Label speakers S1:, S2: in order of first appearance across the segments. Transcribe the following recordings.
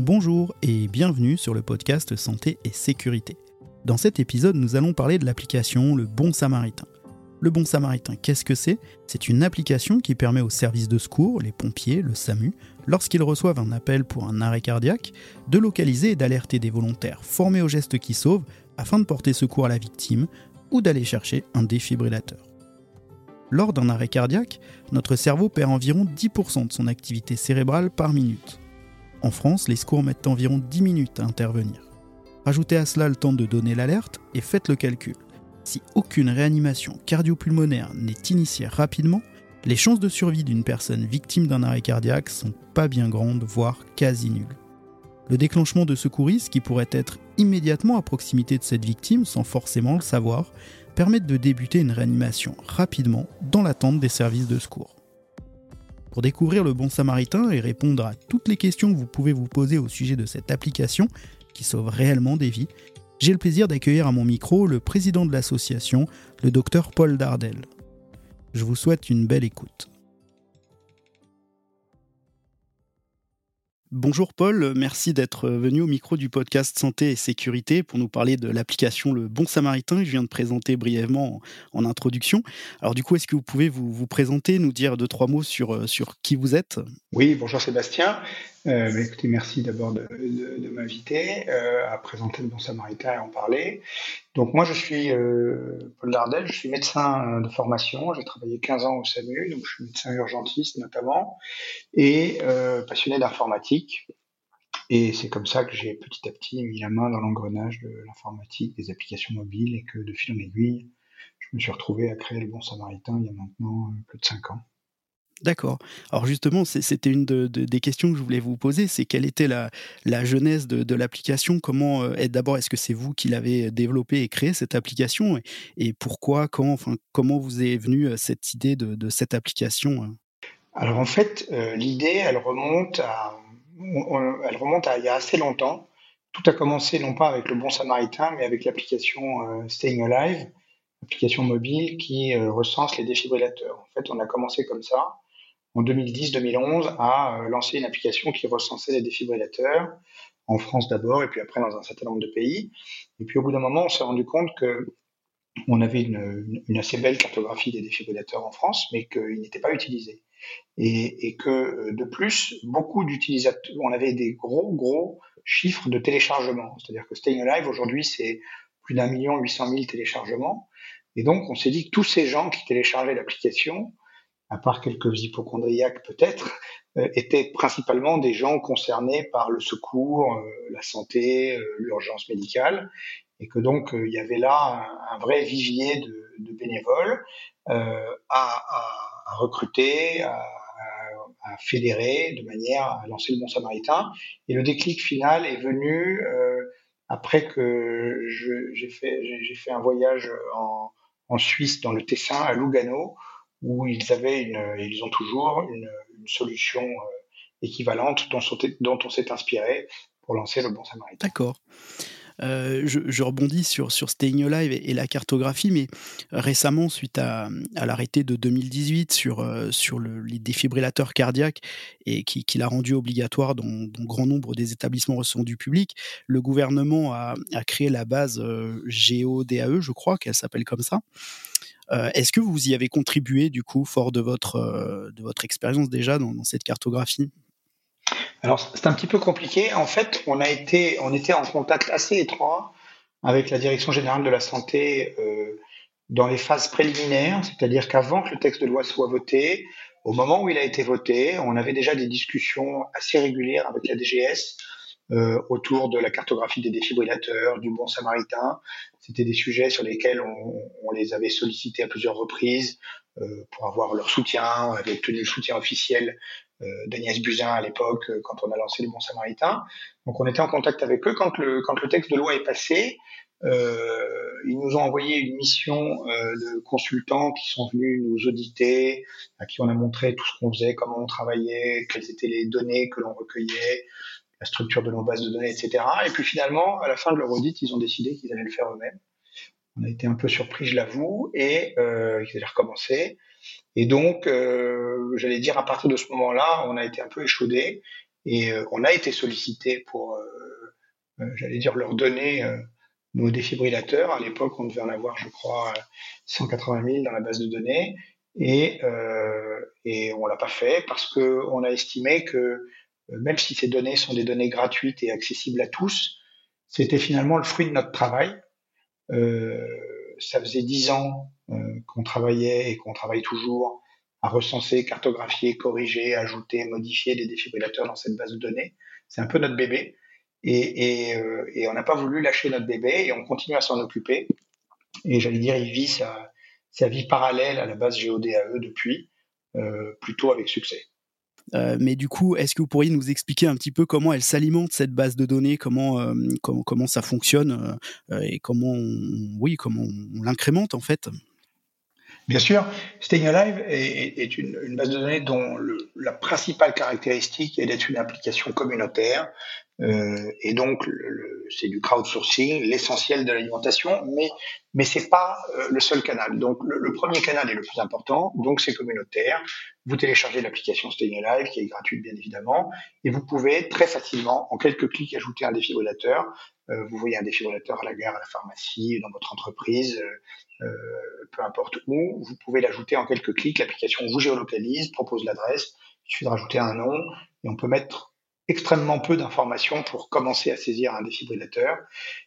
S1: Bonjour et bienvenue sur le podcast Santé et Sécurité. Dans cet épisode, nous allons parler de l'application Le Bon Samaritain. Le Bon Samaritain, qu'est-ce que c'est ? C'est une application qui permet aux services de secours, les pompiers, le SAMU, lorsqu'ils reçoivent un appel pour un arrêt cardiaque, de localiser et d'alerter des volontaires formés aux gestes qui sauvent afin de porter secours à la victime ou d'aller chercher un défibrillateur. Lors d'un arrêt cardiaque, notre cerveau perd environ 10% de son activité cérébrale par minute. En France, les secours mettent environ 10 minutes à intervenir. Rajoutez à cela le temps de donner l'alerte et faites le calcul. Si aucune réanimation cardio-pulmonaire n'est initiée rapidement, les chances de survie d'une personne victime d'un arrêt cardiaque sont pas bien grandes, voire quasi nulles. Le déclenchement de secouristes, qui pourrait être immédiatement à proximité de cette victime sans forcément le savoir, permettent de débuter une réanimation rapidement dans l'attente des services de secours. Pour découvrir le Bon Samaritain et répondre à toutes les questions que vous pouvez vous poser au sujet de cette application qui sauve réellement des vies, j'ai le plaisir d'accueillir à mon micro le président de l'association, le docteur Paul Dardel. Je vous souhaite une belle écoute. Bonjour Paul, merci d'être venu au micro du podcast Santé et Sécurité pour nous parler de l'application Le Bon Samaritain que je viens de présenter brièvement en introduction. Alors du coup, est-ce que vous pouvez vous présenter, nous dire 2-3 mots sur qui vous êtes ?
S2: Oui, bonjour Sébastien. Écoutez, merci d'abord de m'inviter à présenter Le Bon Samaritain et en parler. Donc moi je suis Paul Dardel, je suis médecin de formation, j'ai travaillé 15 ans au SAMU, donc je suis médecin urgentiste notamment, et passionné d'informatique. Et c'est comme ça que j'ai petit à petit mis la main dans l'engrenage de l'informatique, des applications mobiles, et que de fil en aiguille, je me suis retrouvé à créer Le Bon Samaritain il y a maintenant plus de 5 ans.
S1: D'accord. Alors justement, c'était une des questions que je voulais vous poser, c'est quelle était la genèse de l'application ? D'abord, est-ce que c'est vous qui l'avez développée et créée cette application ? Et pourquoi, comment vous est venue cette idée de cette application ?
S2: Alors en fait, l'idée, elle remonte à il y a assez longtemps. Tout a commencé non pas avec Le Bon Samaritain, mais avec l'application Staying Alive, application mobile qui recense les défibrillateurs. En fait, on a commencé comme ça en 2010-2011 à lancer une application qui recensait les défibrillateurs, en France d'abord, et puis après dans un certain nombre de pays. Et puis au bout d'un moment, on s'est rendu compte que on avait une assez belle cartographie des défibrillateurs en France, mais qu'ils n'étaient pas utilisés. Et que de plus, beaucoup d'utilisateurs, on avait des gros chiffres de téléchargement. C'est-à-dire que Staying Alive aujourd'hui, c'est plus d'1,8 million téléchargements. Et donc, on s'est dit que tous ces gens qui téléchargeaient l'application, à part quelques hypochondriaques peut-être, étaient principalement des gens concernés par le secours, la santé, l'urgence médicale, et que donc il y avait là un vrai vivier de bénévoles à recruter, à fédérer de manière à lancer Le Bon Samaritain. Et le déclic final est venu après que j'ai fait un voyage en Suisse, dans le Tessin, à Lugano, où ils ont toujours une solution équivalente dont on s'est inspiré pour lancer Le Bon Samaritain.
S1: D'accord. Je rebondis sur Staying Alive et la cartographie, mais récemment, suite à l'arrêté de 2018 sur les défibrillateurs cardiaques et qui l'a rendu obligatoire dans grand nombre des établissements recevant du public, le gouvernement a créé la base GODAE, je crois qu'elle s'appelle comme ça. Est-ce que vous y avez contribué, du coup, fort de votre expérience déjà dans cette cartographie ?
S2: Alors, c'est un petit peu compliqué. En fait, on était en contact assez étroit avec la Direction générale de la santé dans les phases préliminaires, c'est-à-dire qu'avant que le texte de loi soit voté, au moment où il a été voté, on avait déjà des discussions assez régulières avec la DGS autour de la cartographie des défibrillateurs, du Bon Samaritain. C'était des sujets sur lesquels on les avait sollicités à plusieurs reprises pour avoir leur soutien. On avait obtenu le soutien officiel d'Agnès Buzyn à l'époque, quand on a lancé Le Bon Samaritain. Donc on était en contact avec eux. Quand le texte de loi est passé, ils nous ont envoyé une mission de consultants qui sont venus nous auditer, à qui on a montré tout ce qu'on faisait, comment on travaillait, quelles étaient les données que l'on recueillait, la structure de nos bases de données, etc. Et puis finalement, à la fin de leur audit, ils ont décidé qu'ils allaient le faire eux-mêmes. On a été un peu surpris, je l'avoue, et ils allaient recommencer. Et donc, j'allais dire, à partir de ce moment-là, on a été un peu échaudés. Et on a été sollicité pour, j'allais dire, leur donner nos défibrillateurs. À l'époque, on devait en avoir, je crois, 180 000 dans la base de données. Et on l'a pas fait parce que on a estimé que même si ces données sont des données gratuites et accessibles à tous, c'était finalement le fruit de notre travail. Euh, Ça faisait 10 ans qu'on travaillait et qu'on travaille toujours à recenser, cartographier, corriger, ajouter, modifier des défibrillateurs dans cette base de données. C'est un peu notre bébé. Et on n'a pas voulu lâcher notre bébé et on continue à s'en occuper. Et j'allais dire, il vit sa vie parallèle à la base GeoDAE depuis, plutôt avec succès.
S1: Mais du coup, est-ce que vous pourriez nous expliquer un petit peu comment elle s'alimente cette base de données, comment ça fonctionne et comment on l'incrémente en fait?
S2: Bien sûr, Staying Alive est une base de données dont la principale caractéristique est d'être une application communautaire. Et donc, c'est du crowdsourcing, l'essentiel de l'alimentation, mais c'est pas le seul canal. Donc, le premier canal est le plus important, donc c'est communautaire. Vous téléchargez l'application Staying Alive, qui est gratuite bien évidemment, et vous pouvez très facilement, en quelques clics, ajouter un défibrillateur. Vous voyez un défibrillateur à la gare, à la pharmacie, dans votre entreprise, peu importe où, vous pouvez l'ajouter en quelques clics. L'application vous géolocalise, propose l'adresse, il suffit de rajouter un nom, et on peut mettre extrêmement peu d'informations pour commencer à saisir un défibrillateur,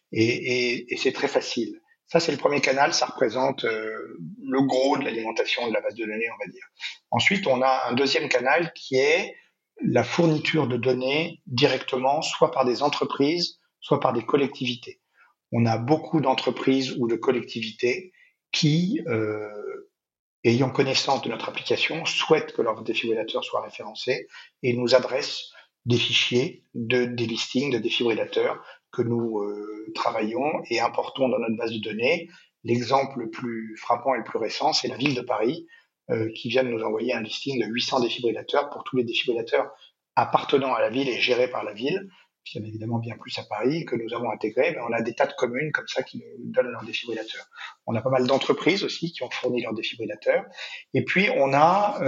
S2: et c'est très facile. Ça, c'est le premier canal, ça représente le gros de l'alimentation de la base de données, on va dire. Ensuite, on a un deuxième canal qui est la fourniture de données directement, soit par des entreprises, soit par des collectivités. On a beaucoup d'entreprises ou de collectivités qui, ayant connaissance de notre application, souhaitent que leur défibrillateur soit référencé et nous adressent des fichiers, des listings de défibrillateurs que nous travaillons et importons dans notre base de données. L'exemple le plus frappant et le plus récent, c'est la ville de Paris qui vient de nous envoyer un listing de 800 défibrillateurs pour tous les défibrillateurs appartenant à la ville et gérés par la ville. Il y en a évidemment bien plus à Paris que nous avons intégrés, mais on a des tas de communes comme ça qui nous donnent leurs défibrillateurs. On a pas mal d'entreprises aussi qui ont fourni leurs défibrillateurs. Et puis on a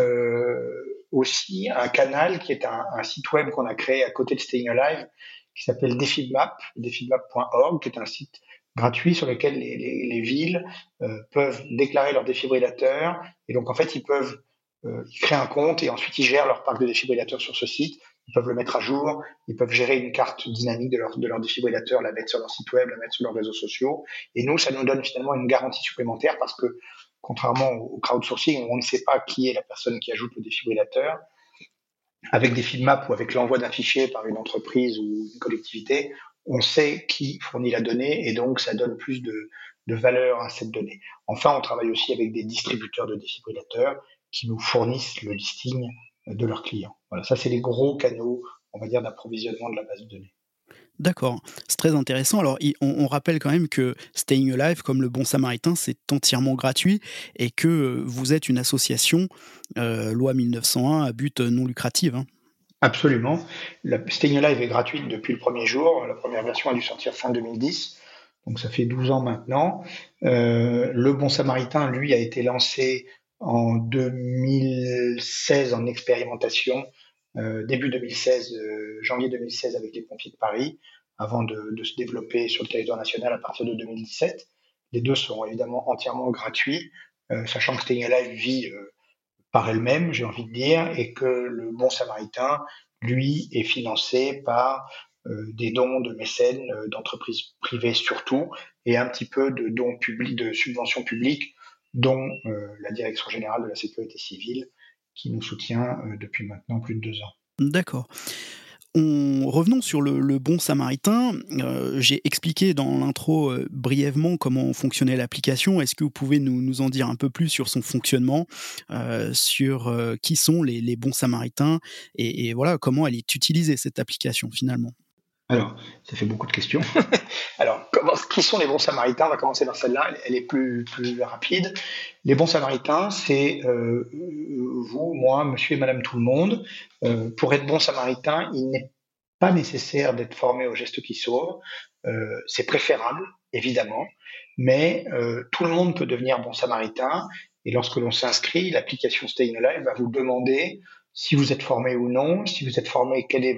S2: aussi un canal qui est un site web qu'on a créé à côté de Staying Alive qui s'appelle Defibmap, defibmap.org, qui est un site gratuit sur lequel les villes peuvent déclarer leurs défibrillateurs. Et donc en fait ils peuvent ils créent un compte et ensuite ils gèrent leur parc de défibrillateurs sur ce site. Ils peuvent le mettre à jour, ils peuvent gérer une carte dynamique de leur défibrillateur, la mettre sur leur site web, la mettre sur leurs réseaux sociaux. Et nous, ça nous donne finalement une garantie supplémentaire parce que, contrairement au crowdsourcing, où on ne sait pas qui est la personne qui ajoute le défibrillateur, avec des Defibmap ou avec l'envoi d'un fichier par une entreprise ou une collectivité, on sait qui fournit la donnée et donc ça donne plus de valeur à cette donnée. Enfin, on travaille aussi avec des distributeurs de défibrillateurs qui nous fournissent le listing de leurs clients. Voilà, ça c'est les gros canaux, on va dire, d'approvisionnement de la base de données.
S1: D'accord, c'est très intéressant. Alors, on rappelle quand même que Staying Alive, comme le Bon Samaritain, c'est entièrement gratuit et que vous êtes une association, loi 1901, à but non lucratif. Hein.
S2: Absolument. La Staying Alive est gratuite depuis le premier jour. La première version a dû sortir fin 2010. Donc ça fait 12 ans maintenant. Le Bon Samaritain, lui, a été lancé en 2016 en expérimentation, début 2016, janvier 2016 avec les pompiers de Paris, avant de se développer sur le territoire national à partir de 2017. Les deux sont évidemment entièrement gratuits, sachant que Staying Alive vit par elle-même, j'ai envie de dire, et que le Bon Samaritain, lui, est financé par des dons de mécènes, d'entreprises privées surtout, et un petit peu de dons publics, de subventions publiques, dont la Direction générale de la sécurité civile, qui nous soutient depuis maintenant plus de 2 ans.
S1: D'accord. Revenons sur le Bon Samaritain. J'ai expliqué dans l'intro brièvement comment fonctionnait l'application. Est-ce que vous pouvez nous en dire un peu plus sur son fonctionnement, sur qui sont les bons Samaritains et voilà comment elle est utilisée cette application finalement?
S2: Alors, ça fait beaucoup de questions. Alors, qui sont les bons samaritains? On va commencer par celle-là, elle est plus rapide. Les bons samaritains, c'est vous, moi, monsieur et madame tout le monde. Pour être bon samaritain, il n'est pas nécessaire d'être formé au geste qui sauve. C'est préférable, évidemment, mais tout le monde peut devenir bon samaritain. Et lorsque l'on s'inscrit, l'application Staying Alive va vous demander si vous êtes formé ou non. Si vous êtes formé, quelle est votre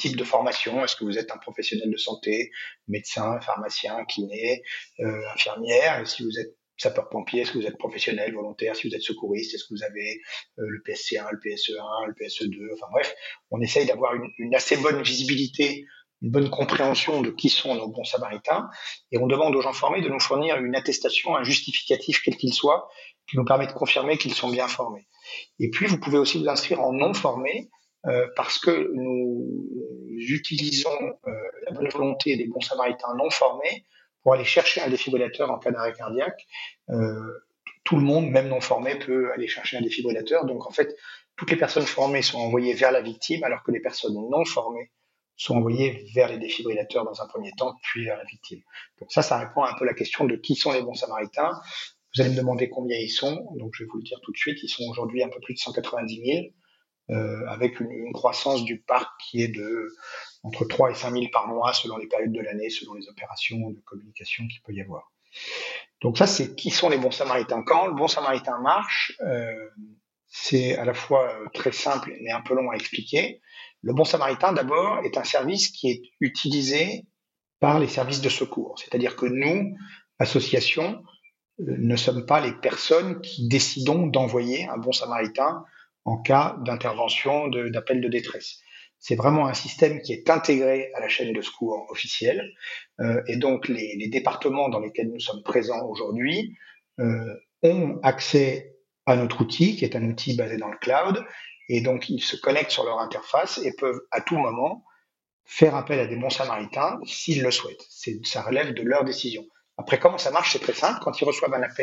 S2: type de formation. Est-ce que vous êtes un professionnel de santé, médecin, pharmacien, kiné, infirmière? Si vous êtes sapeur-pompier, est-ce que vous êtes professionnel, volontaire? Si vous êtes secouriste, est-ce que vous avez le PSC1, le PSE1, le PSE2? Enfin bref, on essaye d'avoir une assez bonne visibilité, une bonne compréhension de qui sont nos bons samaritains, et on demande aux gens formés de nous fournir une attestation, un justificatif quel qu'il soit, qui nous permet de confirmer qu'ils sont bien formés. Et puis, vous pouvez aussi vous inscrire en non formé, parce que nous utilisons la bonne volonté des bons samaritains non formés pour aller chercher un défibrillateur en cas d'arrêt cardiaque. Tout le monde, même non formé, peut aller chercher un défibrillateur. Donc, en fait, toutes les personnes formées sont envoyées vers la victime, alors que les personnes non formées sont envoyées vers les défibrillateurs dans un premier temps, puis vers la victime. Donc ça répond un peu à la question de qui sont les bons samaritains. Vous allez me demander combien ils sont, donc je vais vous le dire tout de suite. Ils sont aujourd'hui un peu plus de 190 000, avec une croissance du parc qui est de entre 3 et 5 000 par mois, selon les périodes de l'année, selon les opérations de communication qu'il peut y avoir. Donc ça, c'est qui sont les bons samaritains. Quand le bon samaritain marche, c'est à la fois très simple mais un peu long à expliquer. Le bon samaritain, d'abord, est un service qui est utilisé par les services de secours. C'est-à-dire que nous, associations, ne sommes pas les personnes qui décidons d'envoyer un bon samaritain en cas d'intervention, d'appel de détresse. C'est vraiment un système qui est intégré à la chaîne de secours officielle. Et donc, les départements dans lesquels nous sommes présents aujourd'hui ont accès à notre outil, qui est un outil basé dans le cloud. Et donc, ils se connectent sur leur interface et peuvent à tout moment faire appel à des bons samaritains s'ils le souhaitent. Ça relève de leur décision. Après, comment ça marche? C'est très simple. Quand ils reçoivent un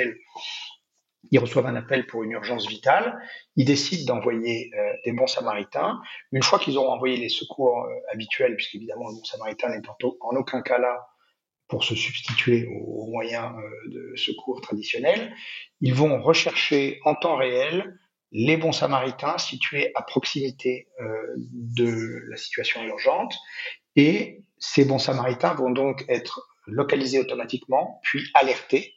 S2: appel pour une urgence vitale, ils décident d'envoyer des bons samaritains. Une fois qu'ils auront envoyé les secours habituels, puisqu'évidemment le bon samaritain n'est en aucun cas là pour se substituer aux moyens de secours traditionnels, ils vont rechercher en temps réel les bons samaritains situés à proximité de la situation urgente, et ces bons samaritains vont donc être localisés automatiquement, puis alertés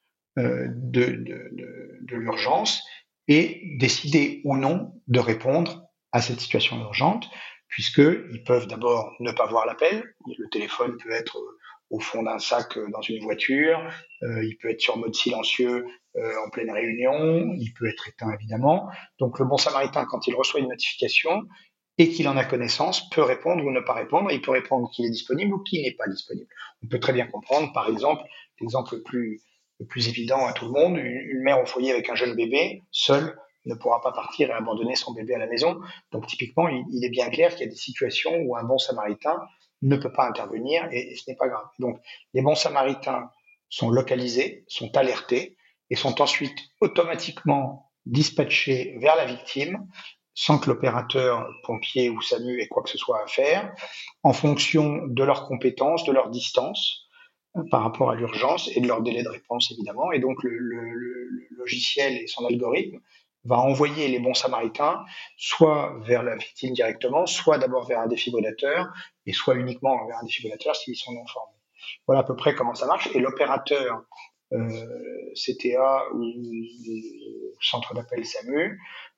S2: de l'urgence et décider ou non de répondre à cette situation urgente, puisqu'ils peuvent d'abord ne pas voir l'appel. Le téléphone peut être au fond d'un sac dans une voiture, il peut être sur mode silencieux en pleine réunion, il peut être éteint évidemment. Donc le bon samaritain, quand il reçoit une notification et qu'il en a connaissance, peut répondre ou ne pas répondre. Il peut répondre qu'il est disponible ou qu'il n'est pas disponible. On peut très bien comprendre, par exemple, l'exemple le plus évident à tout le monde, une mère au foyer avec un jeune bébé, seule, ne pourra pas partir et abandonner son bébé à la maison. Donc typiquement, il est bien clair qu'il y a des situations où un bon samaritain ne peut pas intervenir et ce n'est pas grave. Donc les bons samaritains sont localisés, sont alertés et sont ensuite automatiquement dispatchés vers la victime sans que l'opérateur, pompier ou SAMU ait quoi que ce soit à faire, en fonction de leurs compétences, de leur distance par rapport à l'urgence et de leur délai de réponse évidemment. Et donc le logiciel et son algorithme va envoyer les bons samaritains soit vers la victime directement, soit d'abord vers un défibrillateur, et soit uniquement vers un défibrillateur s'ils sont non formés. Voilà à peu près comment ça marche. Et l'opérateur CTA ou centre d'appel SAMU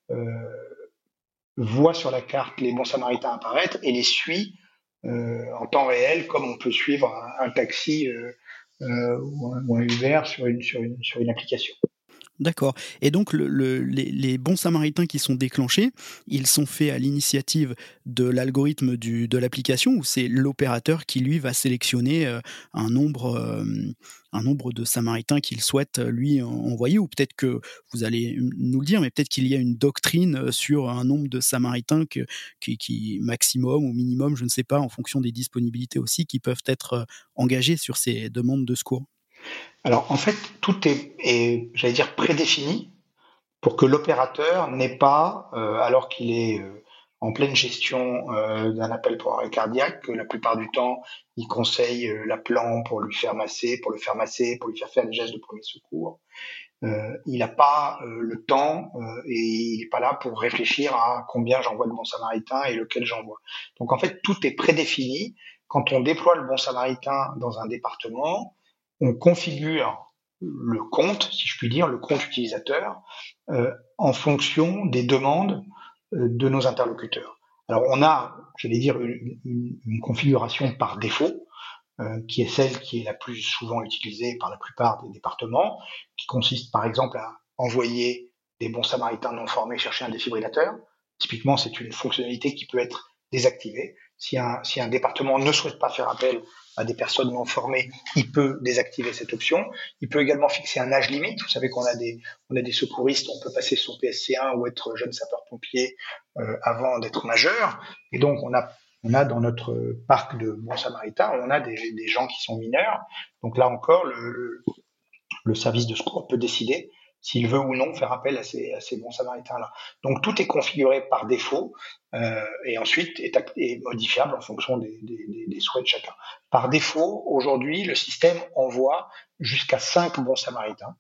S2: voit sur la carte les bons samaritains apparaître et les suit en temps réel, comme on peut suivre un taxi ou un Uber sur une application.
S1: D'accord. Et donc les bons samaritains qui sont déclenchés, ils sont faits à l'initiative de l'algorithme de l'application, ou c'est l'opérateur qui lui va sélectionner un nombre de samaritains qu'il souhaite lui envoyer, ou peut-être que vous allez nous le dire, mais peut-être qu'il y a une doctrine sur un nombre de samaritains qui maximum ou minimum, je ne sais pas, en fonction des disponibilités aussi, qui peuvent être engagés sur ces demandes de secours.
S2: Alors en fait, tout est j'allais dire, prédéfini pour que l'opérateur n'ait pas, alors qu'il est en pleine gestion d'un appel pour arrêt cardiaque, que la plupart du temps, il conseille l'appelant pour lui faire masser, pour le faire masser, pour lui faire des gestes de premier secours. Il n'a pas le temps et il n'est pas là pour réfléchir à combien j'envoie de bons samaritains et lequel j'envoie. Donc en fait, tout est prédéfini. Quand on déploie le bon samaritain dans un département, on configure le compte, si je puis dire, le compte utilisateur, en fonction des demandes de nos interlocuteurs. Alors on a, j'allais dire, une configuration par défaut, qui est celle qui est la plus souvent utilisée par la plupart des départements, qui consiste par exemple à envoyer des bons samaritains non formés chercher un défibrillateur. Typiquement, c'est une fonctionnalité qui peut être désactivée. Si un département ne souhaite pas faire appel à des personnes non formées, il peut désactiver cette option. Il peut également fixer un âge limite. Vous savez qu'on a des secouristes, on peut passer son PSC1 ou être jeune sapeur-pompier avant d'être majeur. Et donc, on a dans notre parc de bons samaritains, on a des gens qui sont mineurs. Donc là encore, le service de secours peut décider s'il veut ou non faire appel à ces bons samaritains-là. Donc tout est configuré par défaut et ensuite est modifiable en fonction des souhaits de chacun. Par défaut, aujourd'hui, le système envoie jusqu'à 5 bons samaritains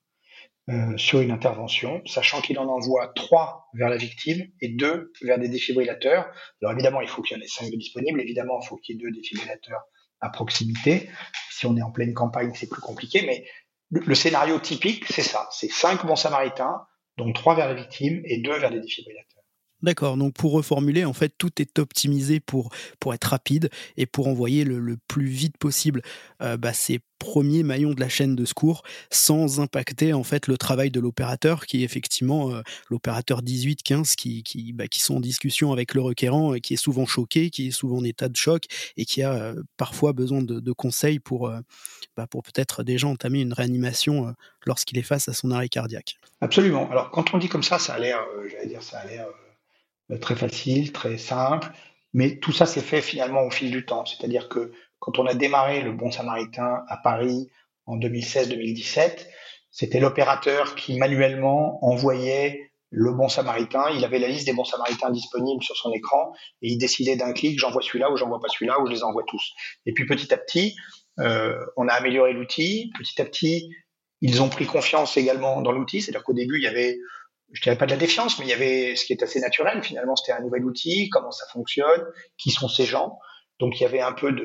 S2: sur une intervention, sachant qu'il en envoie 3 vers la victime et 2 vers des défibrillateurs. Alors évidemment, il faut qu'il y en ait 5 de disponibles, évidemment, il faut qu'il y ait 2 défibrillateurs à proximité. Si on est en pleine campagne, c'est plus compliqué, mais le scénario typique, c'est ça, c'est 5 bons samaritains, dont 3 vers la victime et 2 vers des défibrillateurs.
S1: D'accord, donc pour reformuler, en fait, tout est optimisé pour être rapide et pour envoyer le plus vite possible ces premiers maillons de la chaîne de secours sans impacter en fait le travail de l'opérateur qui est effectivement l'opérateur 18-15 qui sont en discussion avec le requérant, qui est souvent choqué, qui est souvent en état de choc et qui a parfois besoin de conseils pour peut-être déjà entamer une réanimation lorsqu'il est face à son arrêt cardiaque.
S2: Absolument. Alors quand on dit comme ça a l'air, ça a l'air très facile, très simple, mais tout ça s'est fait finalement au fil du temps. C'est-à-dire que quand on a démarré le Bon Samaritain à Paris en 2016-2017, c'était l'opérateur qui manuellement envoyait le Bon Samaritain. Il avait la liste des bons samaritains disponibles sur son écran et il décidait d'un clic, j'envoie celui-là ou j'envoie pas celui-là ou je les envoie tous. Et puis petit à petit, on a amélioré l'outil. Petit à petit, ils ont pris confiance également dans l'outil. C'est-à-dire qu'au début, il y avait, je dirais pas de la défiance, mais il y avait ce qui est assez naturel. Finalement, c'était un nouvel outil, comment ça fonctionne, qui sont ces gens. Donc, il y avait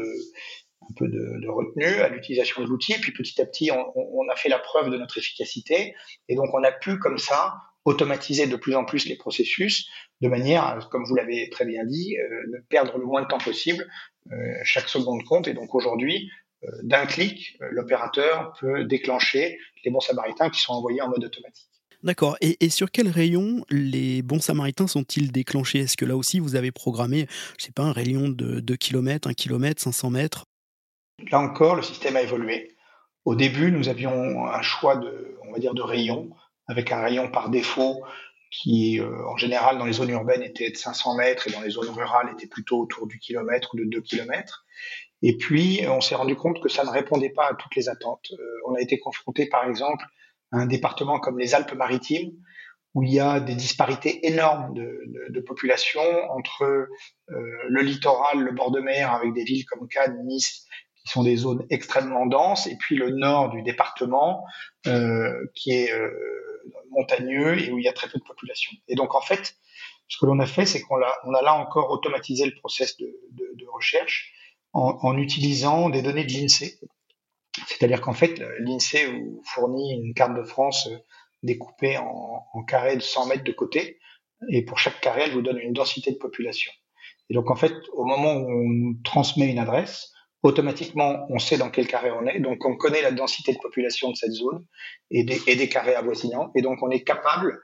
S2: un peu de retenue à l'utilisation de l'outil. Et puis, petit à petit, on a fait la preuve de notre efficacité. Et donc, on a pu, comme ça, automatiser de plus en plus les processus de manière à, comme vous l'avez très bien dit, ne perdre le moins de temps possible. Chaque seconde compte. Et donc, aujourd'hui, d'un clic, l'opérateur peut déclencher les bons samaritains qui sont envoyés en mode automatique.
S1: D'accord. Et sur quel rayon les bons samaritains sont-ils déclenchés? Est-ce que là aussi vous avez programmé, je sais pas, un rayon de 2 kilomètres, 1 kilomètre, 500 mètres?
S2: Là encore, le système a évolué. Au début, nous avions un choix on va dire, de rayons, avec un rayon par défaut qui, en général, dans les zones urbaines était de 500 mètres et dans les zones rurales était plutôt autour du kilomètre ou de 2 kilomètres. Et puis, on s'est rendu compte que ça ne répondait pas à toutes les attentes. On a été confronté, par exemple, à un département comme les Alpes-Maritimes, où il y a des disparités énormes de population entre le littoral, le bord de mer, avec des villes comme Cannes, Nice, qui sont des zones extrêmement denses, et puis le nord du département, qui est montagneux et où il y a très peu de population. Et donc, en fait, ce que l'on a fait, c'est qu'on a là encore automatisé le process de recherche en utilisant des données de l'INSEE. C'est-à-dire qu'en fait, l'INSEE vous fournit une carte de France découpée en carrés de 100 mètres de côté, et pour chaque carré, elle vous donne une densité de population. Et donc, en fait, au moment où on nous transmet une adresse, automatiquement, on sait dans quel carré on est, donc on connaît la densité de population de cette zone et des carrés avoisinants, et donc on est capable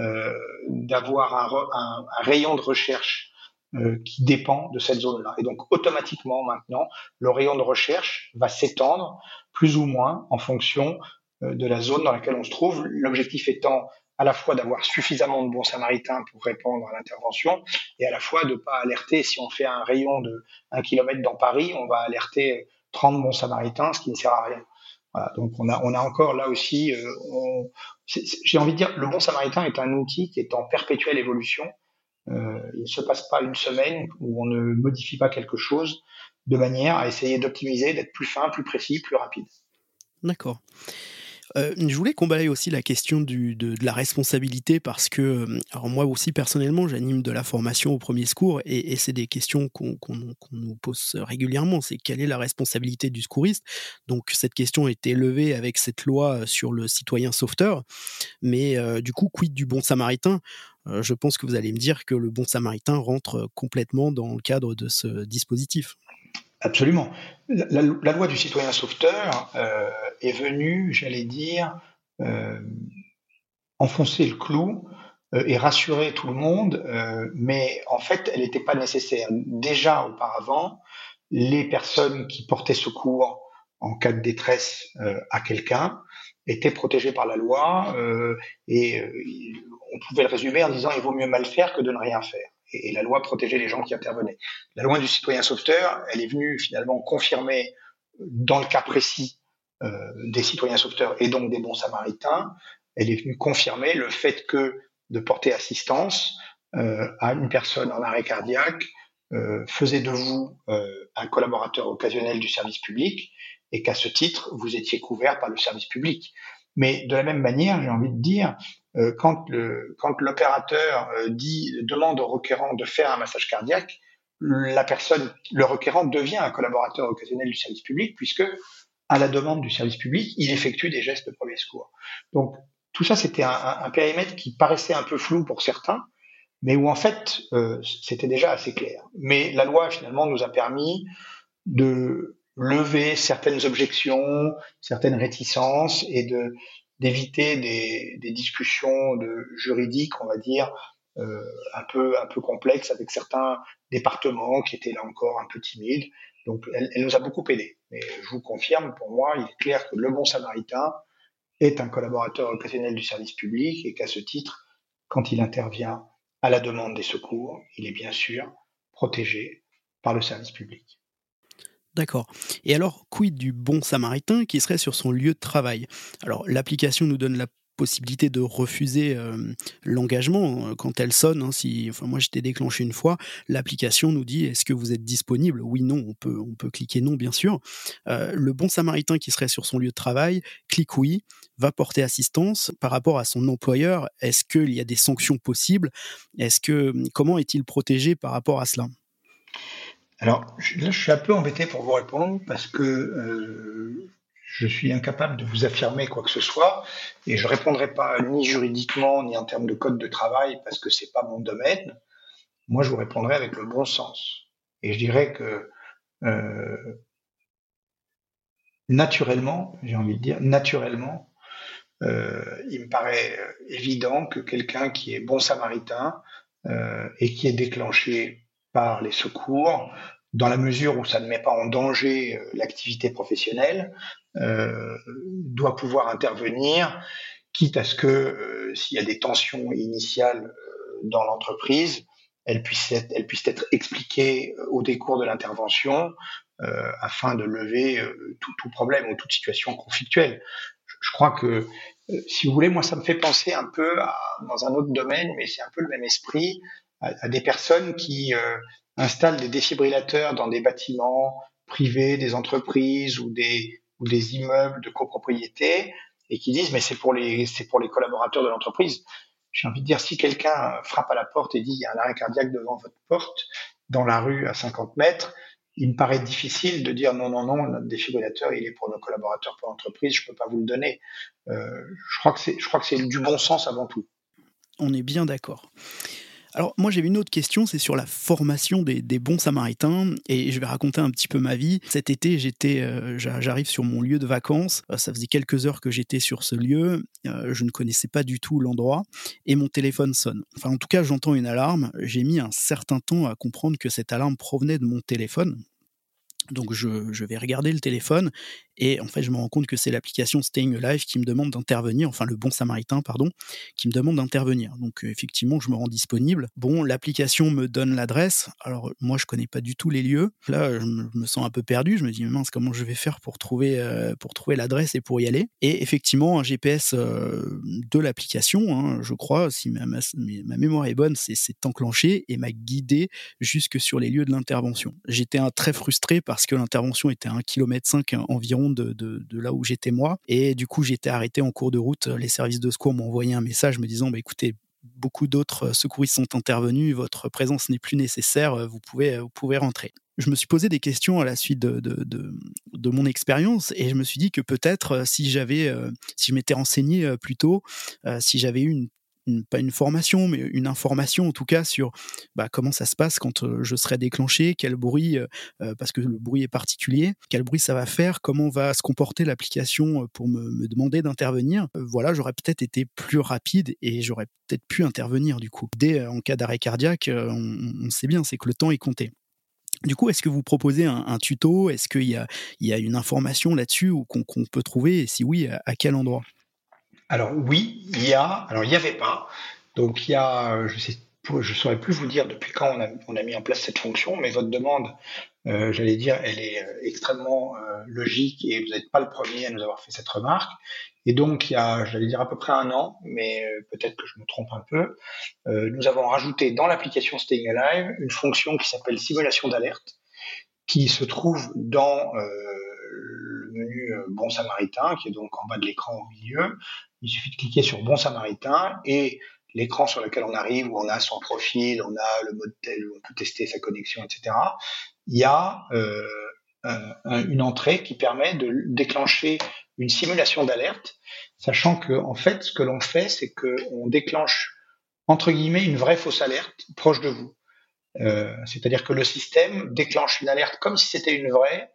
S2: d'avoir un rayon de recherche qui dépend de cette zone-là. Et donc, automatiquement, maintenant, le rayon de recherche va s'étendre plus ou moins en fonction de la zone dans laquelle on se trouve. L'objectif étant à la fois d'avoir suffisamment de bons samaritains pour répondre à l'intervention et à la fois de ne pas alerter. Si on fait un rayon de 1 kilomètre dans Paris, on va alerter 30 bons samaritains, ce qui ne sert à rien. Voilà, donc on a encore là aussi, j'ai envie de dire, le bon samaritain est un outil qui est en perpétuelle évolution. Il ne se passe pas une semaine où on ne modifie pas quelque chose de manière à essayer d'optimiser, d'être plus fin, plus précis, plus rapide.
S1: D'accord. Je voulais qu'on balaye aussi la question de la responsabilité parce que, alors moi aussi personnellement, j'anime de la formation aux premiers secours et c'est des questions qu'on nous pose régulièrement. C'est quelle est la responsabilité du secouriste? Donc cette question a été levée avec cette loi, sur le citoyen sauveteur. Mais, du coup, quid du bon samaritain? Je pense que vous allez me dire que le bon samaritain rentre, complètement dans le cadre de ce dispositif.
S2: Absolument. La loi du citoyen sauveteur est venue, j'allais dire, euh, enfoncer le clou et rassurer tout le monde, mais en fait, elle n'était pas nécessaire. Déjà auparavant, les personnes qui portaient secours en cas de détresse à quelqu'un étaient protégées par la loi et on pouvait le résumer en disant il vaut mieux mal faire que de ne rien faire. Et la loi protégeait les gens qui intervenaient. La loi du citoyen sauveteur, elle est venue finalement confirmer dans le cas précis des citoyens sauveteurs et donc des bons samaritains, elle est venue confirmer le fait que de porter assistance à une personne en arrêt cardiaque faisait de vous un collaborateur occasionnel du service public et qu'à ce titre, vous étiez couvert par le service public. Mais de la même manière, j'ai envie de dire, quand l'opérateur demande au requérant de faire un massage cardiaque, le requérant devient un collaborateur occasionnel du service public puisque, à la demande du service public, il effectue des gestes de premier secours. Donc, tout ça, c'était un périmètre qui paraissait un peu flou pour certains, mais où en fait, c'était déjà assez clair. Mais la loi, finalement, nous a permis de lever certaines objections, certaines réticences et d'éviter des discussions juridiques, on va dire, un peu complexes avec certains départements qui étaient là encore un peu timides. Donc, elle nous a beaucoup aidés. Mais je vous confirme, pour moi, il est clair que le bon samaritain est un collaborateur occasionnel du service public et qu'à ce titre, quand il intervient à la demande des secours, il est bien sûr protégé par le service public.
S1: D'accord. Et alors, quid du bon samaritain qui serait sur son lieu de travail? Alors, l'application nous donne la possibilité de refuser, l'engagement, quand elle sonne, hein, si enfin moi j'étais déclenché une fois, l'application nous dit: «Est-ce que vous êtes disponible?» Oui, non, on peut cliquer non, bien sûr. Le bon samaritain qui serait sur son lieu de travail clique oui, va porter assistance. Par rapport à son employeur, est-ce qu'il y a des sanctions possibles? Comment est-il protégé par rapport à cela?
S2: Alors là, je suis un peu embêté pour vous répondre parce que je suis incapable de vous affirmer quoi que ce soit et je répondrai pas ni juridiquement ni en termes de code de travail parce que c'est pas mon domaine. Moi, je vous répondrai avec le bon sens et je dirais que naturellement, j'ai envie de dire naturellement, il me paraît évident que quelqu'un qui est bon samaritain et qui est déclenché par les secours, dans la mesure où ça ne met pas en danger l'activité professionnelle, doit pouvoir intervenir, quitte à ce que s'il y a des tensions initiales dans l'entreprise, elles puissent être expliquées au décours de l'intervention afin de lever tout problème ou toute situation conflictuelle. Je crois que, si vous voulez, moi, ça me fait penser un peu dans un autre domaine, mais c'est un peu le même esprit, à des personnes qui installent des défibrillateurs dans des bâtiments privés, des entreprises ou des immeubles de copropriété, et qui disent, mais c'est pour les collaborateurs de l'entreprise. J'ai envie de dire, si quelqu'un frappe à la porte et dit, il y a un arrêt cardiaque devant votre porte, dans la rue à 50 mètres, il me paraît difficile de dire non, non, non, notre défibrillateur, il est pour nos collaborateurs, pour l'entreprise, je peux pas vous le donner. Je crois que c'est du bon sens avant tout.
S1: On est bien d'accord. Alors moi j'avais une autre question, c'est sur la formation des bons samaritains et je vais raconter un petit peu ma vie. Cet été j'arrive sur mon lieu de vacances, ça faisait quelques heures que j'étais sur ce lieu, je ne connaissais pas du tout l'endroit et mon téléphone sonne. Enfin en tout cas j'entends une alarme, j'ai mis un certain temps à comprendre que cette alarme provenait de mon téléphone. Donc je vais regarder le téléphone et en fait, je me rends compte que c'est l'application Staying Alive qui me demande d'intervenir, enfin le bon samaritain, pardon, qui me demande d'intervenir. Donc effectivement, je me rends disponible. Bon, l'application me donne l'adresse. Alors moi, je connais pas du tout les lieux. Là, je me sens un peu perdu. Je me dis: «Mais mince, comment je vais faire pour trouver l'adresse et pour y aller?» Et effectivement, un GPS, de l'application, hein, je crois, si ma mémoire est bonne, s'est enclenché et m'a guidé jusque sur les lieux de l'intervention. J'étais très frustré parce que l'intervention était à 1,5 km environ direction de là où j'étais moi. Et du coup, j'étais arrêté en cours de route. Les services de secours m'ont envoyé un message me disant écoutez, beaucoup d'autres secouristes sont intervenus, votre présence n'est plus nécessaire, vous pouvez rentrer. Je me suis posé des questions à la suite de mon expérience et je me suis dit que peut-être si je m'étais renseigné plus tôt, si j'avais eu pas une formation, mais une information en tout cas sur comment ça se passe quand je serai déclenché, quel bruit, parce que le bruit est particulier, quel bruit ça va faire, comment va se comporter l'application pour me demander d'intervenir. Voilà, j'aurais peut-être été plus rapide et j'aurais peut-être pu intervenir du coup. Dès en cas d'arrêt cardiaque, on sait bien, c'est que le temps est compté. Du coup, est-ce que vous proposez un tuto? Est-ce qu'il y a une information là-dessus ou qu'on peut trouver? Et si oui, à quel endroit?
S2: Alors oui, alors il y avait pas. Donc il y a, je saurais plus vous dire depuis quand on a mis en place cette fonction, mais votre demande, j'allais dire, elle est extrêmement logique et vous n'êtes pas le premier à nous avoir fait cette remarque. Et donc il y a, j'allais dire à peu près un an, mais peut-être que je me trompe un peu, nous avons rajouté dans l'application Staying Alive une fonction qui s'appelle simulation d'alerte, qui se trouve dans le menu Bon Samaritain, qui est donc en bas de l'écran au milieu. Il suffit de cliquer sur Bon Samaritain et l'écran sur lequel on arrive, où on a son profil, on a le modèle, où on peut tester sa connexion, etc. Il y a une entrée qui permet de déclencher une simulation d'alerte, sachant que en fait, ce que l'on fait, c'est qu'on déclenche entre guillemets une vraie fausse alerte proche de vous. C'est-à-dire que le système déclenche une alerte comme si c'était une vraie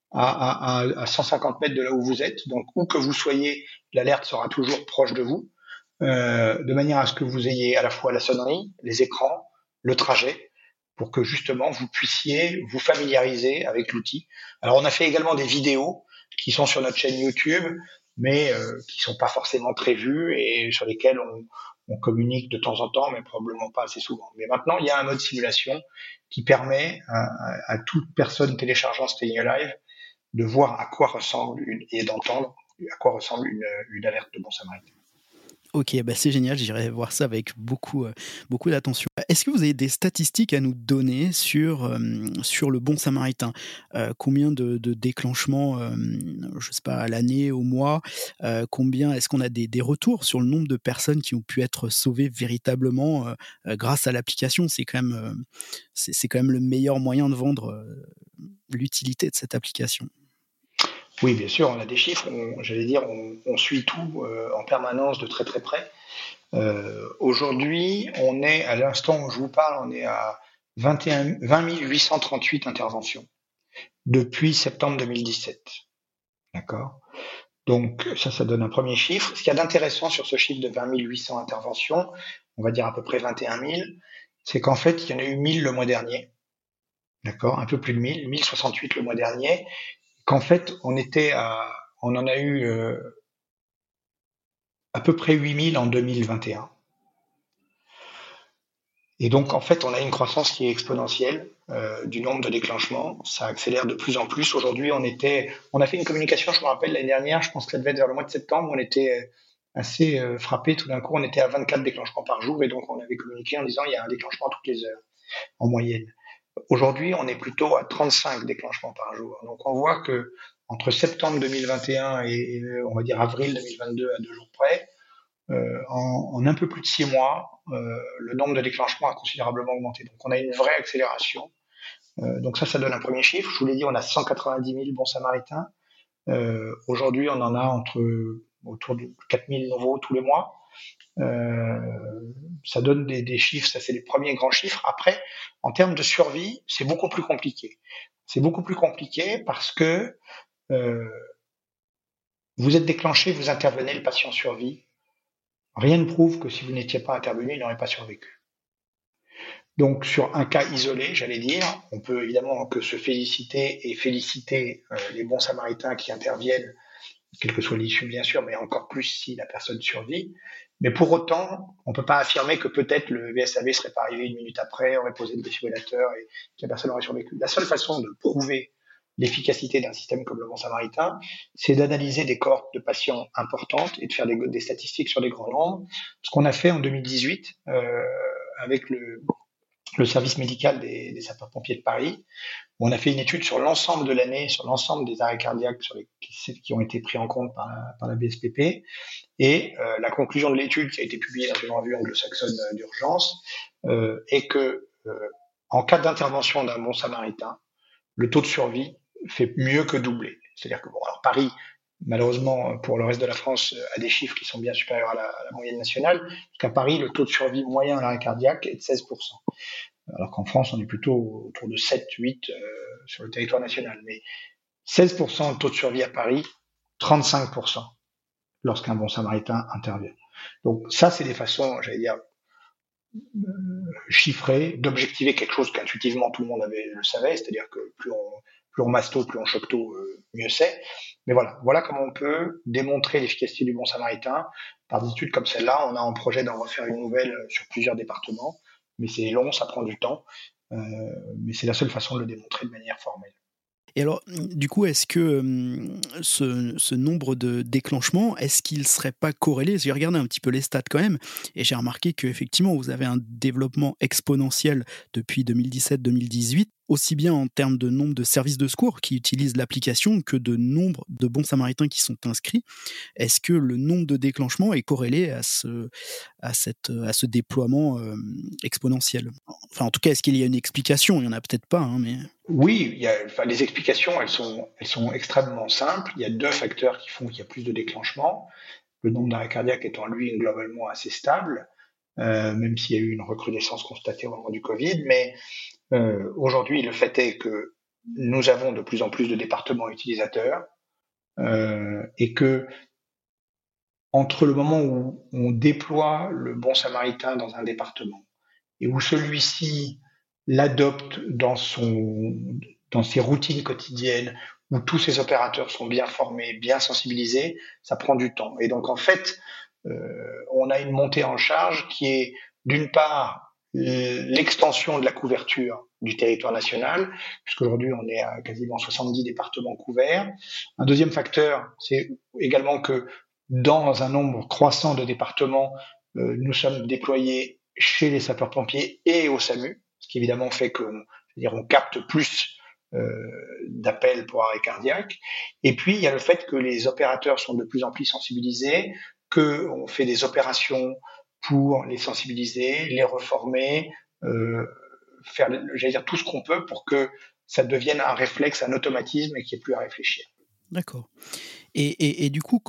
S2: à 150 mètres de là où vous êtes. Donc, où que vous soyez, l'alerte sera toujours proche de vous, de manière à ce que vous ayez à la fois la sonnerie, les écrans, le trajet, pour que justement vous puissiez vous familiariser avec l'outil. Alors, on a fait également des vidéos qui sont sur notre chaîne YouTube, mais qui sont pas forcément très vues et sur lesquelles on communique de temps en temps, mais probablement pas assez souvent. Mais maintenant, il y a un mode simulation qui permet à toute personne téléchargeant Staying Alive de voir à quoi ressemble et d'entendre à quoi ressemble une alerte de Bon Samaritain.
S1: Ok, c'est génial, j'irai voir ça avec beaucoup d'attention. Est-ce que vous avez des statistiques à nous donner sur le Bon Samaritain? Combien de déclenchements, je sais pas, à l'année, au mois? Combien est-ce qu'on a des retours sur le nombre de personnes qui ont pu être sauvées véritablement grâce à l'application? C'est quand même, c'est quand même le meilleur moyen de vendre l'utilité de cette application.
S2: Oui, bien sûr, on a des chiffres. J'allais dire, on suit tout en permanence de très très près. Aujourd'hui, on est, à l'instant où je vous parle, on est à 20 838 interventions depuis septembre 2017. D'accord? Donc ça donne un premier chiffre. Ce qu'il y a d'intéressant sur ce chiffre de 20 800 interventions, on va dire à peu près 21 000, c'est qu'en fait, il y en a eu 1000 le mois dernier. D'accord? Un peu plus de 1068 le mois dernier. Qu'en fait, on en a eu à peu près 8000 en 2021. Et donc, en fait, on a une croissance qui est exponentielle du nombre de déclenchements. Ça accélère de plus en plus. Aujourd'hui, on a fait une communication, je me rappelle, l'année dernière, je pense que ça devait être vers le mois de septembre, on était assez frappé. Tout d'un coup, on était à 24 déclenchements par jour. Et donc, on avait communiqué en disant il y a un déclenchement toutes les heures, en moyenne. Aujourd'hui, on est plutôt à 35 déclenchements par jour. Donc, on voit que entre septembre 2021 et on va dire avril 2022 à 2 jours près, en un peu plus de 6 mois, le nombre de déclenchements a considérablement augmenté. Donc on a une vraie accélération. Donc ça donne un premier chiffre. Je vous l'ai dit, on a 190 000 bons samaritains. Aujourd'hui, on en a autour de 4 000 nouveaux tous les mois. Ça donne des chiffres, ça c'est les premiers grands chiffres. Après, en termes de survie, c'est beaucoup plus compliqué. C'est beaucoup plus compliqué parce que vous êtes déclenché, vous intervenez, le patient survit. Rien ne prouve que si vous n'étiez pas intervenu, il n'aurait pas survécu. Donc sur un cas isolé, j'allais dire, on peut évidemment que se féliciter et féliciter les bons samaritains qui interviennent, quelle que soit l'issue bien sûr, mais encore plus si la personne survit. Mais pour autant, on ne peut pas affirmer que peut-être le VSAV serait pas arrivé une minute après, aurait posé le défibrillateur et que la personne aurait survécu. La seule façon de prouver l'efficacité d'un système comme le Bon Samaritain, c'est d'analyser des cohortes de patients importantes et de faire des statistiques sur des grands nombres. Ce qu'on a fait en 2018 avec le service médical des sapeurs-pompiers de Paris, où on a fait une étude sur l'ensemble de l'année, sur l'ensemble des arrêts cardiaques qui ont été pris en compte par la BSPP. Et la conclusion de l'étude, qui a été publiée dans une revue anglo-saxonne d'urgence, est que en cas d'intervention d'un bon samaritain, le taux de survie fait mieux que doubler. C'est-à-dire que, bon, alors Paris, malheureusement, pour le reste de la France, a des chiffres qui sont bien supérieurs à la moyenne nationale, parce qu'à Paris, le taux de survie moyen à l'arrêt cardiaque est de 16%. Alors qu'en France, on est plutôt autour de 7, 8 sur le territoire national. Mais 16% de taux de survie à Paris, 35% lorsqu'un bon samaritain intervient. Donc ça, c'est des façons, j'allais dire, chiffrées, d'objectiver quelque chose qu'intuitivement tout le monde le savait, c'est-à-dire que plus on masse tôt, plus on chope tôt, mieux c'est. Mais voilà comment on peut démontrer l'efficacité du bon samaritain par des études comme celle-là. On a en projet d'en refaire une nouvelle sur plusieurs départements, mais c'est long, ça prend du temps. Mais c'est la seule façon de le démontrer de manière formelle.
S1: Et alors, du coup, est-ce que ce nombre de déclenchements, est-ce qu'il ne serait pas corrélé? J'ai regardé un petit peu les stats quand même, et j'ai remarqué qu'effectivement, vous avez un développement exponentiel depuis 2017-2018, aussi bien en termes de nombre de services de secours qui utilisent l'application que de nombre de bons samaritains qui sont inscrits. Est-ce que le nombre de déclenchements est corrélé à ce déploiement exponentiel? Enfin, en tout cas, est-ce qu'il y a une explication? Il n'y en a peut-être pas, hein, mais...
S2: Oui, les explications, elles sont extrêmement simples. Il y a deux facteurs qui font qu'il y a plus de déclenchements. Le nombre d'arrêts cardiaques étant, lui, globalement assez stable, même s'il y a eu une recrudescence constatée au moment du Covid. Mais aujourd'hui, le fait est que nous avons de plus en plus de départements utilisateurs et que entre le moment où on déploie le bon samaritain dans un département et où celui-ci l'adopte dans ses routines quotidiennes, où tous ces opérateurs sont bien formés, bien sensibilisés, ça prend du temps. Et donc en fait, on a une montée en charge qui est d'une part l'extension de la couverture du territoire national, puisqu'aujourd'hui on est à quasiment 70 départements couverts. Un deuxième facteur, c'est également que dans un nombre croissant de départements, nous sommes déployés chez les sapeurs-pompiers et au SAMU, ce qui évidemment fait on capte plus d'appels pour arrêt cardiaque. Et puis, il y a le fait que les opérateurs sont de plus en plus sensibilisés, qu'on fait des opérations pour les sensibiliser, les reformer, faire, tout ce qu'on peut pour que ça devienne un réflexe, un automatisme et qu'il n'y ait plus à réfléchir.
S1: D'accord. Et du coup,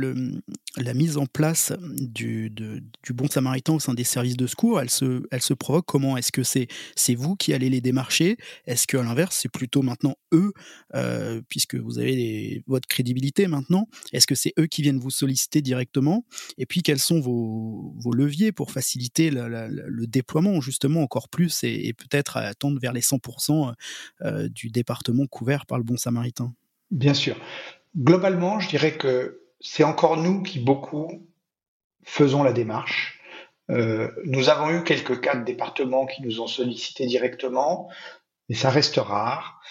S1: la mise en place du bon samaritain au sein des services de secours, elle se provoque comment? Est-ce que c'est vous qui allez les démarcher? Est-ce qu'à l'inverse, c'est plutôt maintenant eux, puisque vous avez votre crédibilité maintenant, est-ce que c'est eux qui viennent vous solliciter directement? Et puis quels sont vos leviers pour faciliter le déploiement justement encore plus et peut-être attendre vers les 100% du département couvert par le bon samaritain?
S2: Bien sûr. Globalement, je dirais que c'est encore nous qui beaucoup faisons la démarche. Nous avons eu quelques cas de départements qui nous ont sollicité directement, mais ça reste rare.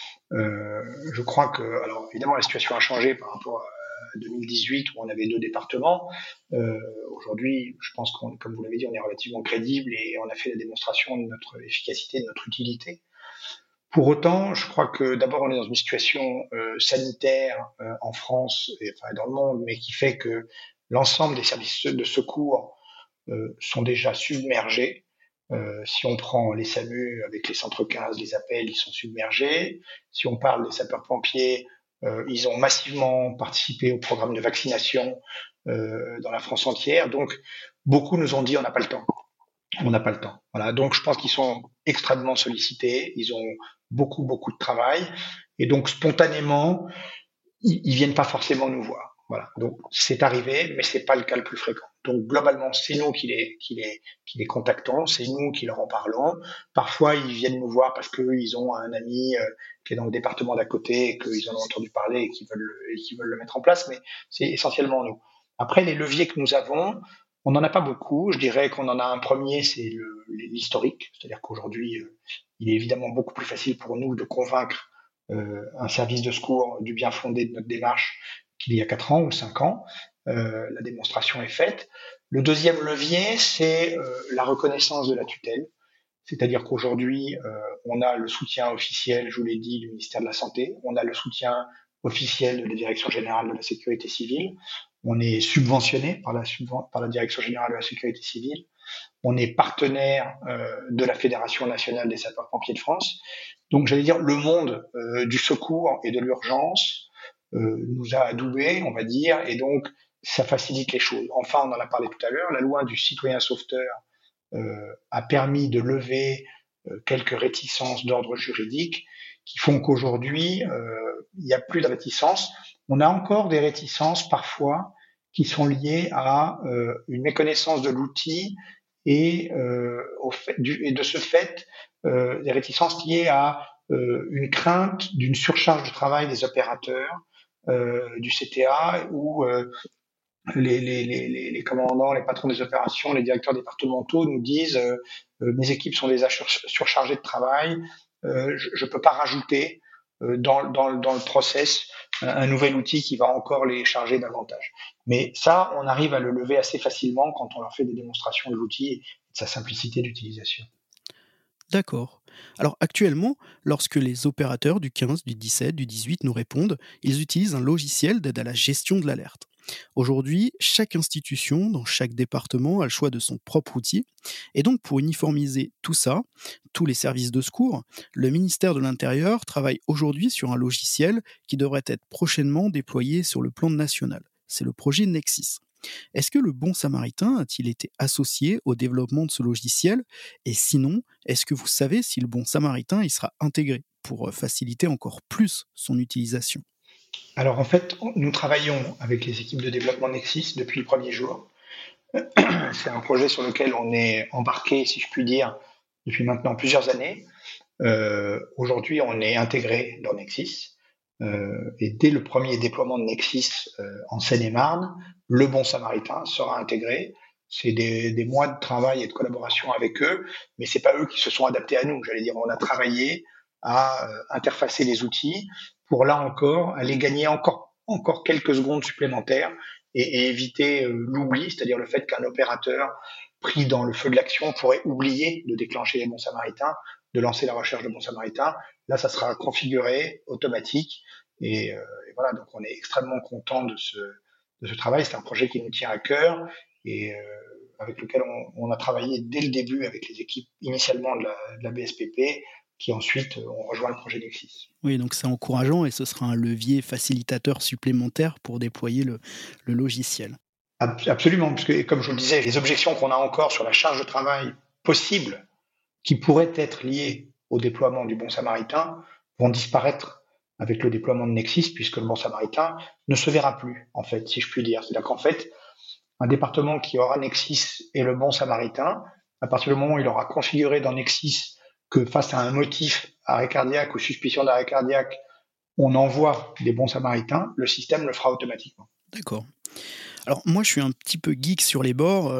S2: Je crois que, alors évidemment, la situation a changé par rapport à 2018 où on avait 2 départements. Aujourd'hui, je pense comme vous l'avez dit, on est relativement crédible et on a fait la démonstration de notre efficacité, de notre utilité. Pour autant, je crois que d'abord on est dans une situation sanitaire en France et enfin dans le monde, mais qui fait que l'ensemble des services de secours sont déjà submergés. Si on prend les SAMU avec les centres 15, les appels, ils sont submergés. Si on parle des sapeurs-pompiers, ils ont massivement participé au programme de vaccination dans la France entière. Donc, beaucoup nous ont dit on n'a pas le temps. On n'a pas le temps. Voilà. Donc, je pense qu'ils sont extrêmement sollicités. Ils ont beaucoup de travail. Et donc, spontanément, ils viennent pas forcément nous voir. Voilà. Donc, c'est arrivé, mais c'est pas le cas le plus fréquent. Donc, globalement, c'est nous qui les contactons, c'est nous qui leur en parlons. Parfois, ils viennent nous voir parce qu'ils ont un ami qui est dans le département d'à côté et qu'ils en ont entendu parler et qu'ils veulent le mettre en place, mais c'est essentiellement nous. Après, les leviers que nous avons, on n'en a pas beaucoup. Je dirais qu'on en a un premier, c'est l'historique. C'est-à-dire qu'aujourd'hui, il est évidemment beaucoup plus facile pour nous de convaincre un service de secours du bien fondé de notre démarche qu'il y a 4 ans ou 5 ans. La démonstration est faite. Le deuxième levier, c'est la reconnaissance de la tutelle. C'est-à-dire qu'aujourd'hui, on a le soutien officiel, je vous l'ai dit, du ministère de la Santé, on a le soutien officiel de la Direction générale de la sécurité civile, on est subventionné par la Direction générale de la sécurité civile, on est partenaire de la Fédération nationale des sapeurs-pompiers de France. Donc, j'allais dire, le monde du secours et de l'urgence nous a adoubés, on va dire, et donc ça facilite les choses. Enfin, on en a parlé tout à l'heure, la loi du citoyen sauveteur a permis de lever quelques réticences d'ordre juridique qui font qu'aujourd'hui, il n'y a plus de réticences. On a encore des réticences parfois qui sont liées à une méconnaissance de l'outil et, et de ce fait, des réticences liées à une crainte d'une surcharge de travail des opérateurs du CTA ou les commandants, les patrons des opérations, les directeurs départementaux nous disent mes équipes sont déjà surchargées de travail, je ne peux pas rajouter dans le process un nouvel outil qui va encore les charger davantage. Mais ça, on arrive à le lever assez facilement quand on leur fait des démonstrations de l'outil et de sa simplicité d'utilisation.
S1: D'accord. Alors actuellement, lorsque les opérateurs du 15, du 17, du 18 nous répondent, ils utilisent un logiciel d'aide à la gestion de l'alerte. Aujourd'hui, chaque institution, dans chaque département, a le choix de son propre outil. Et donc, pour uniformiser tout ça, tous les services de secours, le ministère de l'Intérieur travaille aujourd'hui sur un logiciel qui devrait être prochainement déployé sur le plan national. C'est le projet Nexis. Est-ce que le Bon Samaritain a-t-il été associé au développement de ce logiciel? Et sinon, est-ce que vous savez si le Bon Samaritain y sera intégré pour faciliter encore plus son utilisation?
S2: Alors en fait, nous travaillons avec les équipes de développement Nexis depuis le premier jour. C'est un projet sur lequel on est embarqué, si je puis dire, depuis maintenant plusieurs années. Aujourd'hui, on est intégré dans Nexis. Et dès le premier déploiement de Nexis en Seine-et-Marne, le Bon Samaritain sera intégré. C'est des mois de travail et de collaboration avec eux, mais c'est pas eux qui se sont adaptés à nous. J'allais dire, on a travaillé à interfacer les outils pour là encore aller gagner encore quelques secondes supplémentaires et éviter l'oubli, c'est-à-dire le fait qu'un opérateur pris dans le feu de l'action pourrait oublier de déclencher les bons samaritains, de lancer la recherche de bons samaritains. Là, ça sera configuré, automatique, et voilà. Donc, on est extrêmement content de ce travail. C'est un projet qui nous tient à cœur et avec lequel on a travaillé dès le début avec les équipes initialement de la BSPP, qui ensuite ont rejoint le projet Nexis.
S1: Oui, donc c'est encourageant et ce sera un levier facilitateur supplémentaire pour déployer le logiciel.
S2: Absolument, parce que comme je vous le disais, les objections qu'on a encore sur la charge de travail possible qui pourraient être liées au déploiement du Bon Samaritain vont disparaître avec le déploiement de Nexis, puisque le Bon Samaritain ne se verra plus, en fait, si je puis dire. C'est-à-dire qu'en fait, un département qui aura Nexis et le Bon Samaritain, à partir du moment où il aura configuré dans Nexis que face à un motif arrêt cardiaque ou suspicion d'arrêt cardiaque, on envoie des bons samaritains, le système le fera automatiquement.
S1: D'accord. Alors moi, je suis un petit peu geek sur les bords,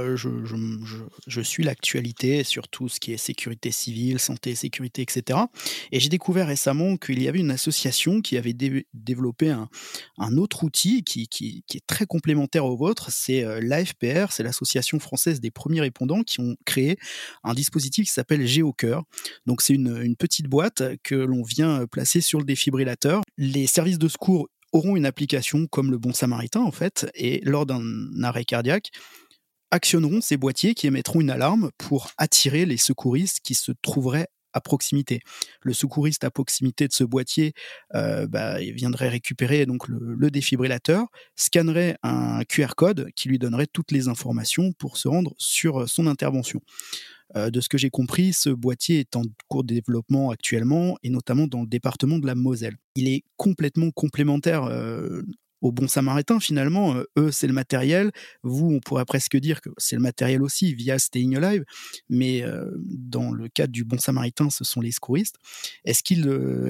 S1: je suis l'actualité sur tout ce qui est sécurité civile, santé, sécurité, et cetera, et j'ai découvert récemment qu'il y avait une association qui avait développé un autre outil qui est très complémentaire au vôtre, c'est, l'AFPR, c'est l'Association française des premiers répondants qui ont créé un dispositif qui s'appelle GeoCœur. Donc c'est une petite boîte que l'on vient placer sur le défibrillateur. Les services de secours auront une application comme le Bon Samaritain en fait, et lors d'un arrêt cardiaque, actionneront ces boîtiers qui émettront une alarme pour attirer les secouristes qui se trouveraient à proximité. Le secouriste à proximité de ce boîtier il viendrait récupérer donc le défibrillateur, scannerait un QR code qui lui donnerait toutes les informations pour se rendre sur son intervention. De ce que j'ai compris, ce boîtier est en cours de développement actuellement et notamment dans le département de la Moselle. Il est complètement complémentaire au Bon Samaritain finalement. Eux, c'est le matériel. Vous, on pourrait presque dire que c'est le matériel aussi via Staying Alive, mais dans le cadre du Bon Samaritain, ce sont les secouristes. Est-ce qu'il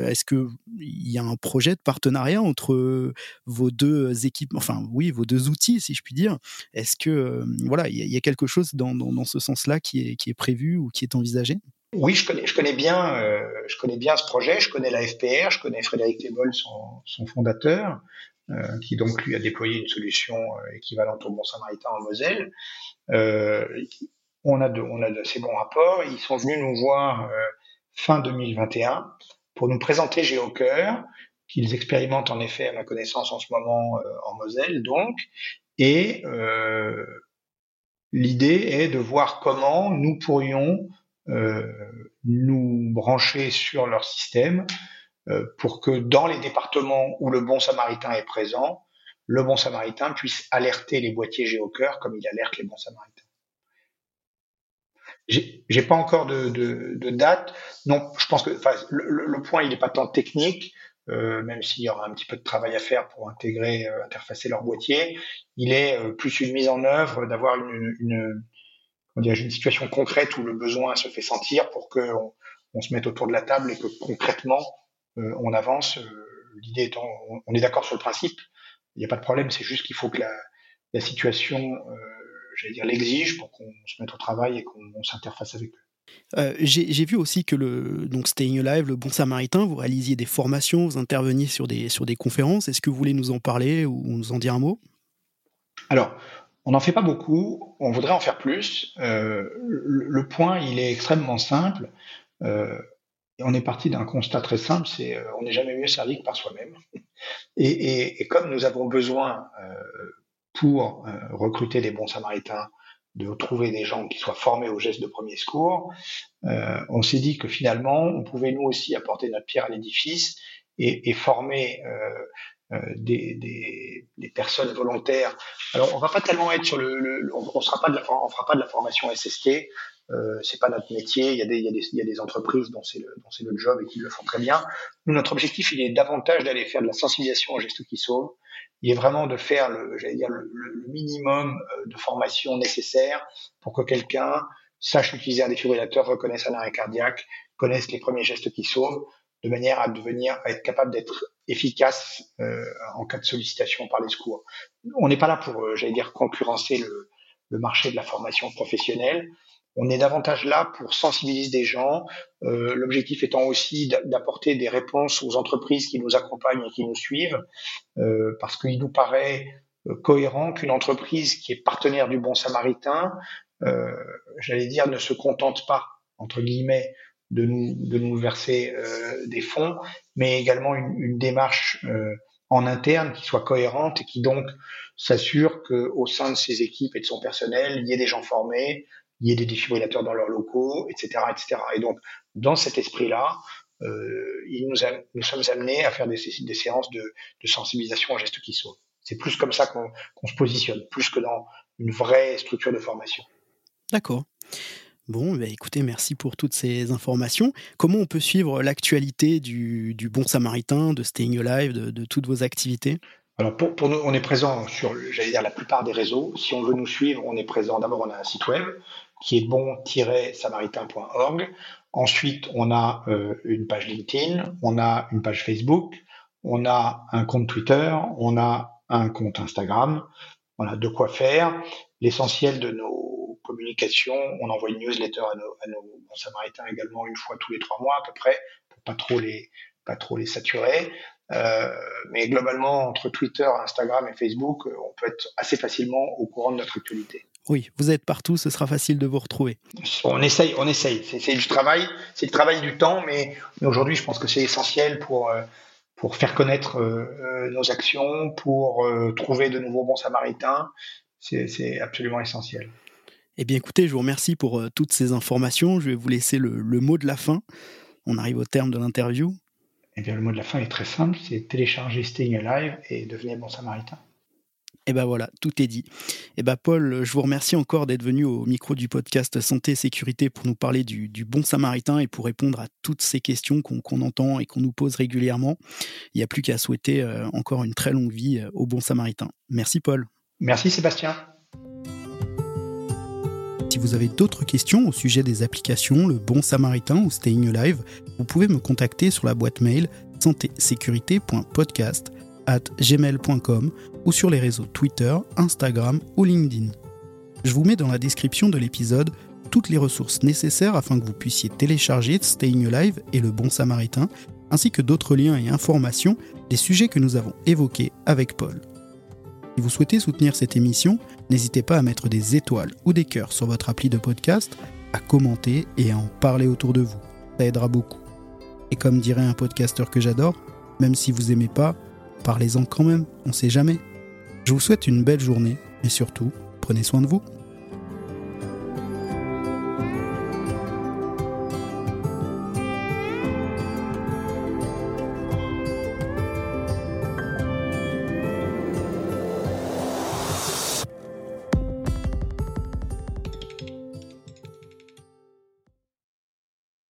S1: y a un projet de partenariat entre vos deux équipes, enfin oui, vos deux outils, si je puis dire? Est-ce que il y a quelque chose dans ce sens-là qui est prévu ou qui est envisagé?
S2: Oui, je connais bien ce projet. Je connais la FPR, je connais Frédéric Lebol, son fondateur, qui donc lui a déployé une solution équivalente au Bon Samaritain en Moselle. on a d'assez bons rapports. Ils sont venus nous voir fin 2021 pour nous présenter GeoCœur, qu'ils expérimentent en effet à ma connaissance en ce moment en Moselle donc, et l'idée est de voir comment nous pourrions nous brancher sur leur système pour que dans les départements où le Bon Samaritain est présent, le Bon Samaritain puisse alerter les boîtiers GeoCœur comme il alerte les Bons Samaritains. J'ai pas encore de date. Non, je pense que le point il n'est pas tant technique, même s'il y aura un petit peu de travail à faire pour intégrer, interfacer leur boîtier. Il est plus une mise en œuvre, d'avoir une situation concrète où le besoin se fait sentir pour que on se mette autour de la table et que concrètement on avance. L'idée étant, on est d'accord sur le principe, il n'y a pas de problème, c'est juste qu'il faut que la situation l'exige pour qu'on se mette au travail et qu'on s'interface avec eux.
S1: J'ai vu aussi que donc Staying Alive, le Bon Samaritain, vous réalisiez des formations, vous interveniez sur des conférences. Est-ce que vous voulez nous en parler ou nous en dire un mot ?
S2: Alors, on n'en fait pas beaucoup, on voudrait en faire plus. Le point, il est extrêmement simple. On est parti d'un constat très simple, c'est on n'est jamais mieux servi que par soi-même. Et comme nous avons besoin pour recruter des bons samaritains, de trouver des gens qui soient formés aux gestes de premier secours, on s'est dit que finalement, on pouvait nous aussi apporter notre pierre à l'édifice et former des personnes volontaires. Alors, on va pas tellement être sur on fera pas de la formation SST. C'est pas notre métier. Il y a des entreprises dont c'est le job et qui le font très bien. Nous, notre objectif, il est davantage d'aller faire de la sensibilisation aux gestes qui sauvent. Il est vraiment de faire le minimum de formation nécessaire pour que quelqu'un sache utiliser un défibrillateur, reconnaisse un arrêt cardiaque, connaisse les premiers gestes qui sauvent, de manière à être capable d'être efficace en cas de sollicitation par les secours. On n'est pas là pour, concurrencer le marché de la formation professionnelle. On est davantage là pour sensibiliser des gens, l'objectif étant aussi d'apporter des réponses aux entreprises qui nous accompagnent et qui nous suivent, parce qu'il nous paraît cohérent qu'une entreprise qui est partenaire du Bon Samaritain, ne se contente pas, entre guillemets, de nous verser des fonds, mais également une démarche en interne qui soit cohérente et qui donc s'assure qu'au sein de ses équipes et de son personnel, il y ait des gens formés, il y ait des défibrillateurs dans leurs locaux, etc., etc. Et donc, dans cet esprit-là, nous sommes amenés à faire des séances de sensibilisation aux gestes qui sauvent. C'est plus comme ça qu'on se positionne, plus que dans une vraie structure de formation.
S1: D'accord. Bon, écoutez, merci pour toutes ces informations. Comment on peut suivre l'actualité du Bon Samaritain, de Staying Alive, de toutes vos activités ?
S2: Alors pour nous, on est présent sur, la plupart des réseaux. Si on veut nous suivre, on est présent. D'abord, on a un site web qui est bon-samaritain.org. Ensuite, on a une page LinkedIn, on a une page Facebook, on a un compte Twitter, on a un compte Instagram. On a de quoi faire. L'essentiel de nos communications, on envoie une newsletter à nos bons samaritains également une fois tous les 3 mois à peu près, pour pas trop les saturer. Mais globalement, entre Twitter, Instagram et Facebook, on peut être assez facilement au courant de notre actualité.
S1: Oui, vous êtes partout, ce sera facile de vous retrouver.
S2: On essaye. C'est du travail, c'est le travail du temps, mais aujourd'hui, je pense que c'est essentiel pour faire connaître nos actions, pour trouver de nouveaux bons samaritains. C'est absolument essentiel.
S1: Eh bien, écoutez, je vous remercie pour toutes ces informations. Je vais vous laisser le mot de la fin. On arrive au terme de l'interview.
S2: Eh bien, le mot de la fin est très simple, c'est télécharger Staying Alive et devenir bon samaritain.
S1: Et ben voilà, tout est dit. Et ben Paul, je vous remercie encore d'être venu au micro du podcast Santé et Sécurité pour nous parler du Bon Samaritain et pour répondre à toutes ces questions qu'on entend et qu'on nous pose régulièrement. Il n'y a plus qu'à souhaiter encore une très longue vie au Bon Samaritain. Merci Paul.
S2: Merci Sébastien.
S1: Si vous avez d'autres questions au sujet des applications Le Bon Samaritain ou Staying Alive, vous pouvez me contacter sur la boîte mail santésécurité.podcast@gmail.com ou sur les réseaux Twitter, Instagram ou LinkedIn. Je vous mets dans la description de l'épisode toutes les ressources nécessaires afin que vous puissiez télécharger Staying Alive et Le Bon Samaritain, ainsi que d'autres liens et informations des sujets que nous avons évoqués avec Paul. Si vous souhaitez soutenir cette émission, n'hésitez pas à mettre des étoiles ou des cœurs sur votre appli de podcast, à commenter et à en parler autour de vous. Ça aidera beaucoup. Et comme dirait un podcasteur que j'adore, même si vous aimez pas, parlez-en quand même, on sait jamais. Je vous souhaite une belle journée et surtout, prenez soin de vous.